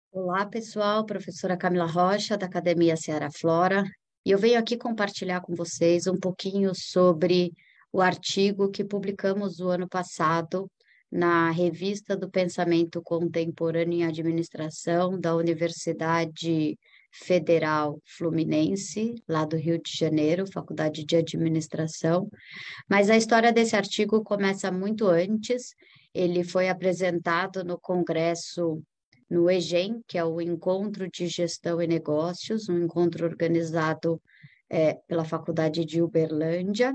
Olá, pessoal. Professora Camila Rocha, da Academia Seara Flora, e eu venho aqui compartilhar com vocês um pouquinho sobre o artigo que publicamos o ano passado na Revista do Pensamento Contemporâneo em Administração da Universidade Federal Fluminense, lá do Rio de Janeiro, Faculdade de Administração. Mas a história desse artigo começa muito antes. Ele foi apresentado no Congresso, no EGEM, que é o Encontro de Gestão e Negócios, um encontro organizado pela Faculdade de Uberlândia,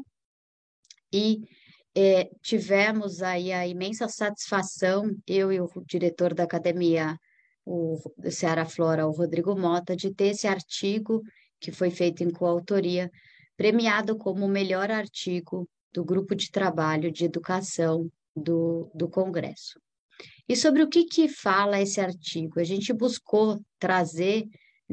e tivemos aí a imensa satisfação, eu e o diretor da academia, o Seara Flora, o Rodrigo Mota, de ter esse artigo, que foi feito em coautoria, premiado como o melhor artigo do grupo de trabalho de educação do Congresso. E sobre o que fala esse artigo? A gente buscou trazer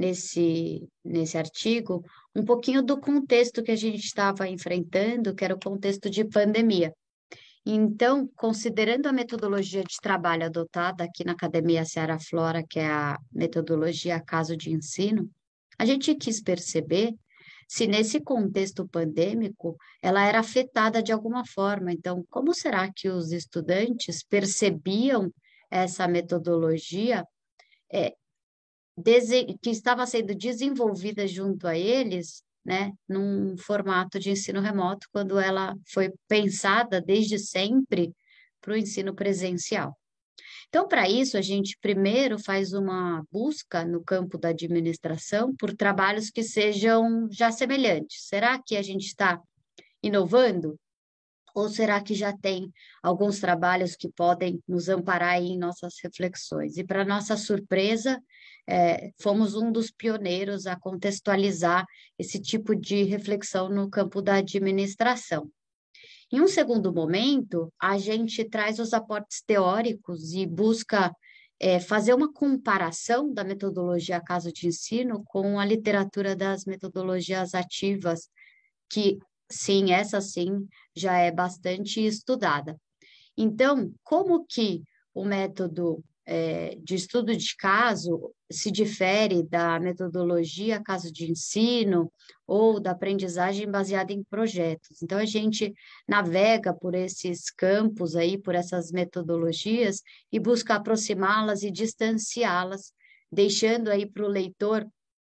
nesse artigo um pouquinho do contexto que a gente estava enfrentando, que era o contexto de pandemia. Então, considerando a metodologia de trabalho adotada aqui na Academia Seara Flora, que é a metodologia caso de ensino, a gente quis perceber se nesse contexto pandêmico ela era afetada de alguma forma. Então, como será que os estudantes percebiam essa metodologia é, que estava sendo desenvolvida junto a eles, né, num formato de ensino remoto, quando ela foi pensada desde sempre para o ensino presencial? Então, para isso, a gente primeiro faz uma busca no campo da administração por trabalhos que sejam já semelhantes. Será que a gente está inovando? Ou será que já tem alguns trabalhos que podem nos amparar aí em nossas reflexões? E, para nossa surpresa, fomos um dos pioneiros a contextualizar esse tipo de reflexão no campo da administração. Em um segundo momento, a gente traz os aportes teóricos e busca fazer uma comparação da metodologia caso de ensino com a literatura das metodologias ativas, que, sim, essa sim, já é bastante estudada. Então, como que o método de estudo de caso se difere da metodologia caso de ensino ou da aprendizagem baseada em projetos? Então, a gente navega por esses campos aí, por essas metodologias e busca aproximá-las e distanciá-las, deixando aí para o leitor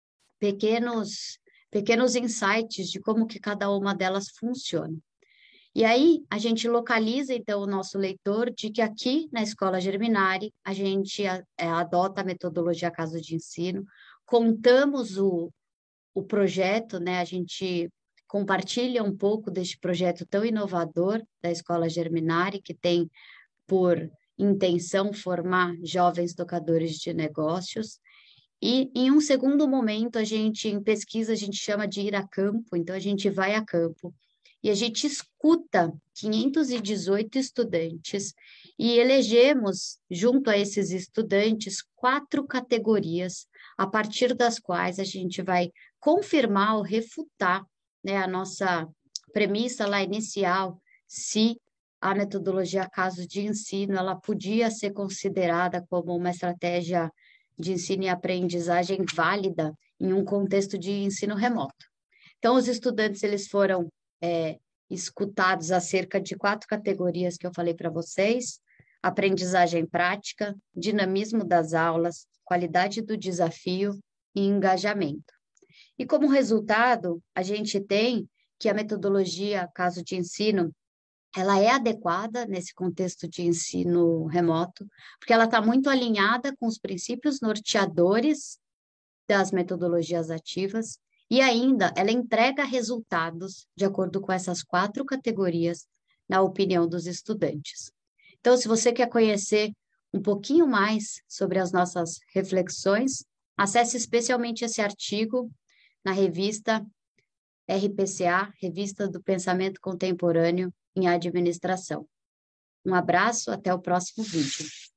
pequenos insights de como que cada uma delas funciona. E aí, a gente localiza, então, o nosso leitor de que aqui na Escola Germinari, a gente adota a metodologia caso de ensino, contamos o projeto, né? A gente compartilha um pouco deste projeto tão inovador da Escola Germinari, que tem por intenção formar jovens tocadores de negócios. E em um segundo momento, em pesquisa, a gente chama de ir a campo, então a gente vai a campo e a gente escuta 518 estudantes e elegemos, junto a esses estudantes, quatro categorias, a partir das quais a gente vai confirmar ou refutar, né, a nossa premissa lá inicial, se a metodologia caso de ensino ela podia ser considerada como uma estratégia de ensino e aprendizagem válida em um contexto de ensino remoto. Então, os estudantes eles foram escutados acerca de quatro categorias que eu falei para vocês: aprendizagem prática, dinamismo das aulas, qualidade do desafio e engajamento. E como resultado, a gente tem que a metodologia, caso de ensino, ela é adequada nesse contexto de ensino remoto, porque ela está muito alinhada com os princípios norteadores das metodologias ativas e ainda ela entrega resultados de acordo com essas quatro categorias, na opinião dos estudantes. Então, se você quer conhecer um pouquinho mais sobre as nossas reflexões, acesse especialmente esse artigo na revista RPCA, Revista do Pensamento Contemporâneo em Administração. Um abraço, até o próximo vídeo.